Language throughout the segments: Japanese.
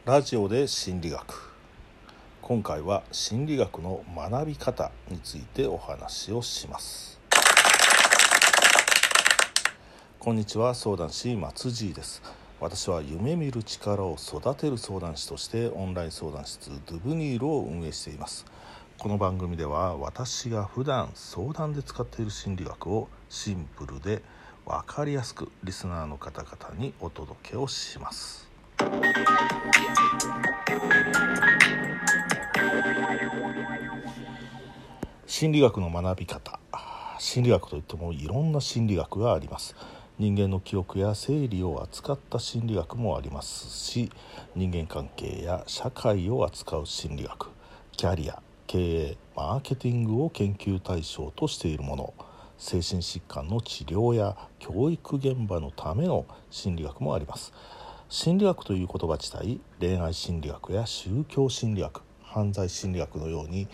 ラジオで心理学。今回は心理学の学び方についてお話をします。こんにちは、相談師松Gです。私は夢見る力を育てる相談師としてオンライン相談室ドゥブニールを運営しています。この番組では私が普段相談で使っている心理学をシンプルで分かりやすくリスナーの方々にお届けをします。心理学の学び方。心理学といってもいろんな心理学があります。人間の記憶や生理を扱った心理学もありますし、人間関係や社会を扱う心理学、キャリア、経営、マーケティングを研究対象としているもの、精神疾患の治療や教育現場のための心理学もあります。心理学という言葉自体、恋愛心理学や宗教心理学、犯罪心理学のように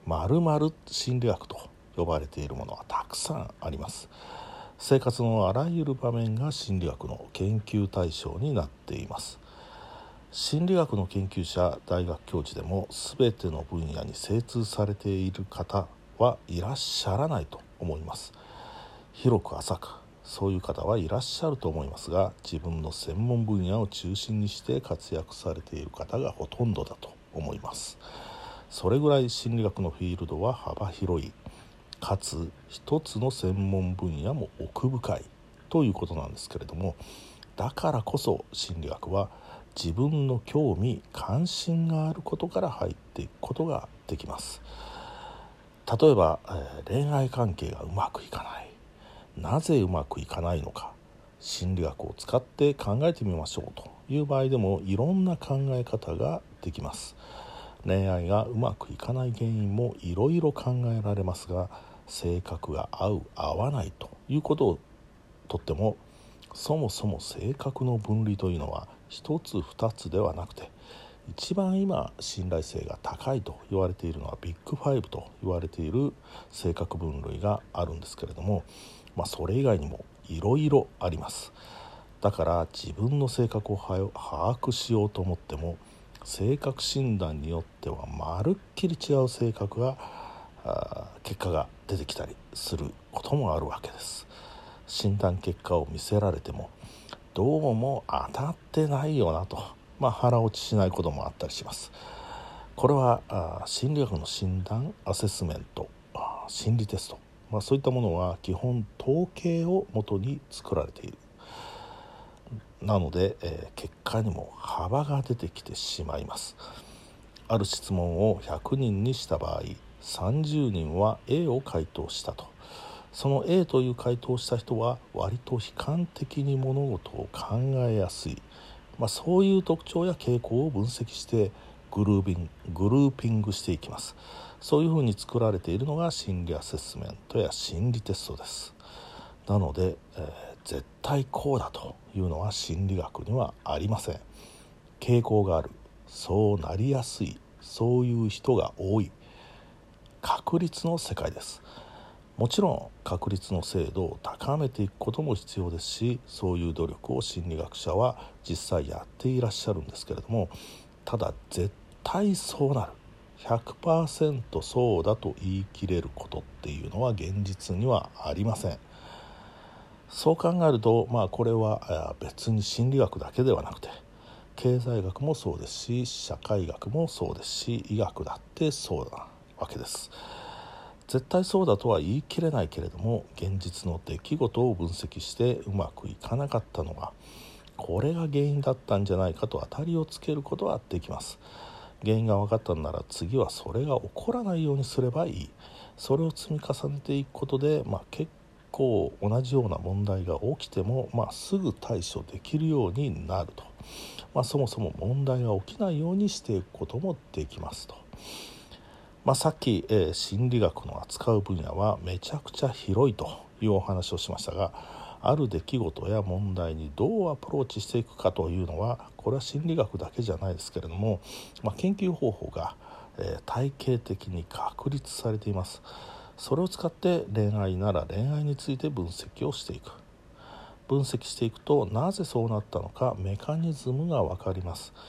〇〇心理学と呼ばれているものはたくさんあります。生活のあらゆる場面が心理学の研究対象になっています。心理学の研究者、大学教授でも全ての分野に精通されている方はいらっしゃらないと思います。広く浅くそういう方はいらっしゃると思いますが、自分の専門分野を中心にして活躍されている方がほとんどだと思います。それぐらい心理学のフィールドは幅広い、かつ一つの専門分野も奥深いということなんですけれども、だからこそ心理学は自分の興味関心があることから入っていくことができます。例えば、恋愛関係がうまくいかない、なぜうまくいかないのか、心理学を使って考えてみましょうという場合でもいろんな考え方ができます。恋愛がうまくいかない原因もいろいろ考えられますが、性格が合う合わないということをとっても、そもそも性格の分類というのは一つ二つではなくて、一番今信頼性が高いと言われているのはビッグファイブと言われている性格分類があるんですけれども、それ以外にもいろいろあります。だから自分の性格を把握しようと思っても、性格診断によってはまるっきり違う性格が結果が出てきたりすることもあるわけです。診断結果を見せられてもどうも当たってないよなと、腹落ちしないこともあったりします。これは心理学の診断、アセスメント、心理テスト、そういったものは基本統計をもとに作られている。なので、結果にも幅が出てきてしまいます。ある質問を100人にした場合、30人は A を回答したと。その A という回答をした人は割と悲観的に物事を考えやすい、そういう特徴や傾向を分析してグルーピングしていきます。そういうふうに作られているのが心理アセスメントや心理テストです。なので、絶対こうだというのは心理学にはありません。傾向がある、そうなりやすい、そういう人が多い、確率の世界です。もちろん確率の精度を高めていくことも必要ですし、そういう努力を心理学者は実際やっていらっしゃるんですけれども、ただ絶対そうなる、100% そうだと言い切れることっていうのは現実にはありません。そう考えると、これは別に心理学だけではなくて、経済学もそうですし、社会学もそうですし、医学だってそうなわけです。絶対そうだとは言い切れないけれども、現実の出来事を分析してうまくいかなかったのがこれが原因だったんじゃないかと当たりをつけることはできます。原因が分かったんなら次はそれが起こらないようにすればいい。それを積み重ねていくことで、結構同じような問題が起きても、すぐ対処できるようになると、そもそも問題が起きないようにしていくこともできますと。さっき、心理学の扱う分野はめちゃくちゃ広いというお話をしましたが、ある出来事や問題にどうアプローチしていくかというのは、これは心理学だけじゃないですけれども、研究方法が、体系的に確立されています。それを使って恋愛なら恋愛について分析をしていく。分析していくと、なぜそうなったのかメカニズムが分かります。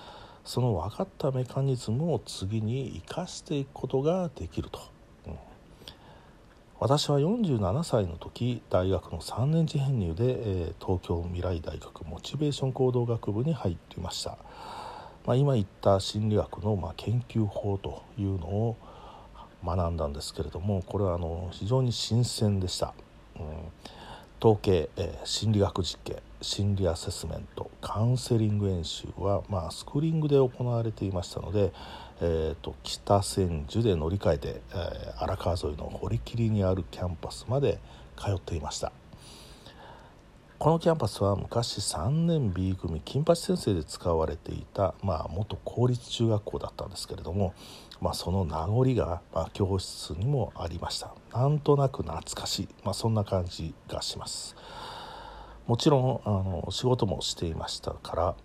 その分かったメカニズムを次に生かしていくことができると、私は47歳の時大学の3年次編入で、東京未来大学モチベーション行動学部に入っていました。今言った心理学の、研究法というのを学んだんですけれども、これは非常に新鮮でした。統計、心理学実験、心理アセスメント、カウンセリング演習は、スクリーングで行われていましたので、北千住で乗り換えて、荒川沿いの堀切にあるキャンパスまで通っていました。このキャンパスは昔3年 B 組金八先生で使われていた、元公立中学校だったんですけれども、その名残が、教室にもありました。なんとなく懐かしい、そんな感じがします。もちろん仕事もしていましたから、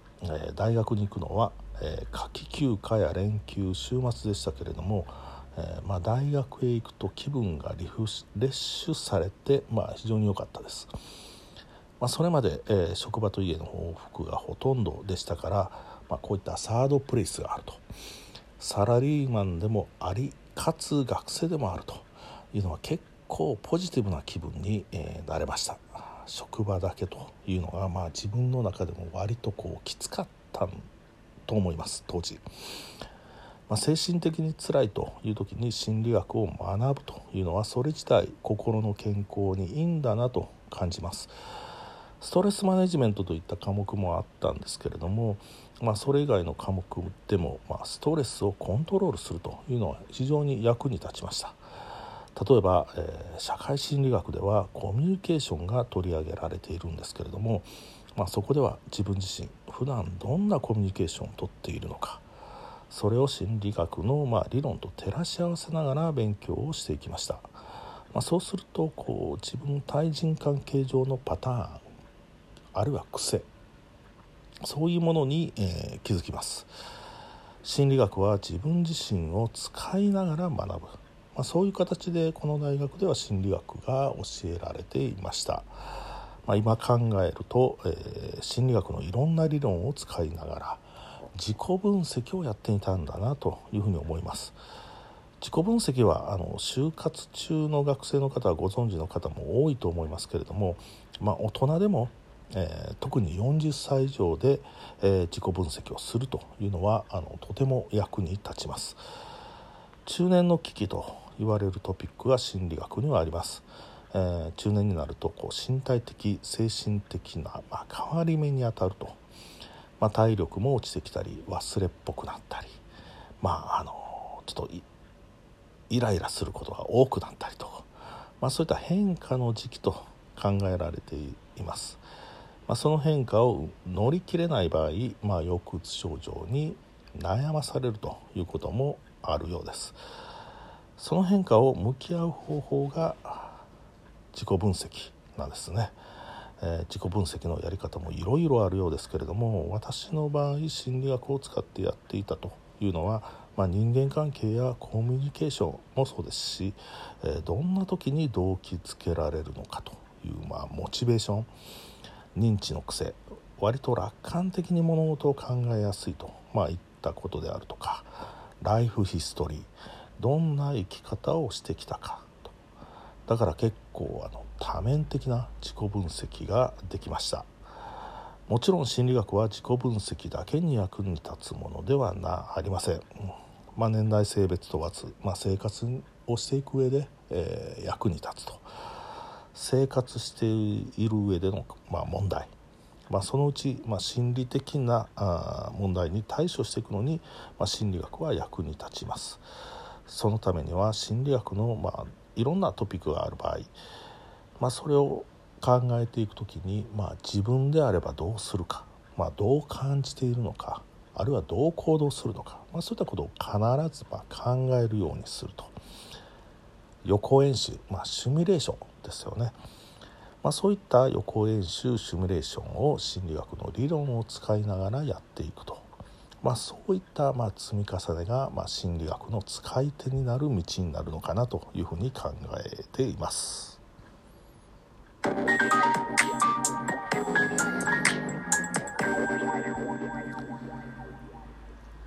大学に行くのは、夏季休暇や連休週末でしたけれども、大学へ行くと気分がリフレッシュされて、非常に良かったです。それまで、職場と家の往復がほとんどでしたから、こういったサードプレイスがあると、サラリーマンでもありかつ学生でもあるというのは結構ポジティブな気分に、なれました。職場だけというのが、自分の中でも割ときつかったと思います当時。精神的に辛いという時に心理学を学ぶというのはそれ自体心の健康にいいんだなと感じます。ストレスマネジメントといった科目もあったんですけれども、それ以外の科目でも、ストレスをコントロールするというのは非常に役に立ちました。例えば、社会心理学ではコミュニケーションが取り上げられているんですけれども、そこでは自分自身普段どんなコミュニケーションをとっているのか、それを心理学の、理論と照らし合わせながら勉強をしていきました。そうすると自分対人関係上のパターンあるいは癖、そういうものに、気づきます。心理学は自分自身を使いながら学ぶ、そういう形でこの大学では心理学が教えられていました。今考えると、心理学のいろんな理論を使いながら自己分析をやっていたんだなというふうに思います。自己分析は就活中の学生の方はご存知の方も多いと思いますけれども、大人でも特に40歳以上で、自己分析をするというのはとても役に立ちます。中年の危機と言われるトピックが心理学にはあります。中年になると身体的精神的な、変わり目にあたると、体力も落ちてきたり忘れっぽくなったり、ちょっとイライラすることが多くなったりと、そういった変化の時期と考えられています。その変化を乗り切れない場合、抑うつ症状に悩まされるということもあるようです。その変化を向き合う方法が自己分析なんですね。自己分析のやり方もいろいろあるようですけれども、私の場合心理学を使ってやっていたというのは、人間関係やコミュニケーションもそうですし、どんな時に動機づけられるのかという、モチベーション、認知の癖、割と楽観的に物事を考えやすいと、いったことであるとか、ライフヒストリー、どんな生き方をしてきたかと、だから結構多面的な自己分析ができました。もちろん心理学は自己分析だけに役に立つものではありません。年代性別問わず、生活をしていく上で、役に立つと、生活している上での、問題、そのうち、心理的な問題に対処していくのに、心理学は役に立ちます。そのためには心理学の、いろんなトピックがある場合、それを考えていくときに、自分であればどうするか、どう感じているのか、あるいはどう行動するのか、そういったことを必ず考えるようにすると。予行演習、シミュレーションですよね。そういった予行演習シミュレーションを心理学の理論を使いながらやっていくと、そういった積み重ねが心理学の使い手になる道になるのかなというふうに考えています。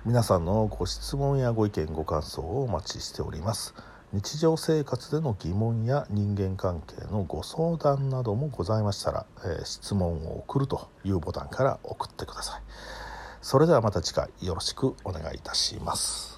皆さんのご質問やご意見ご感想をお待ちしております。日常生活での疑問や人間関係のご相談などもございましたら、質問を送るというボタンから送ってください。それではまた次回よろしくお願いいたします。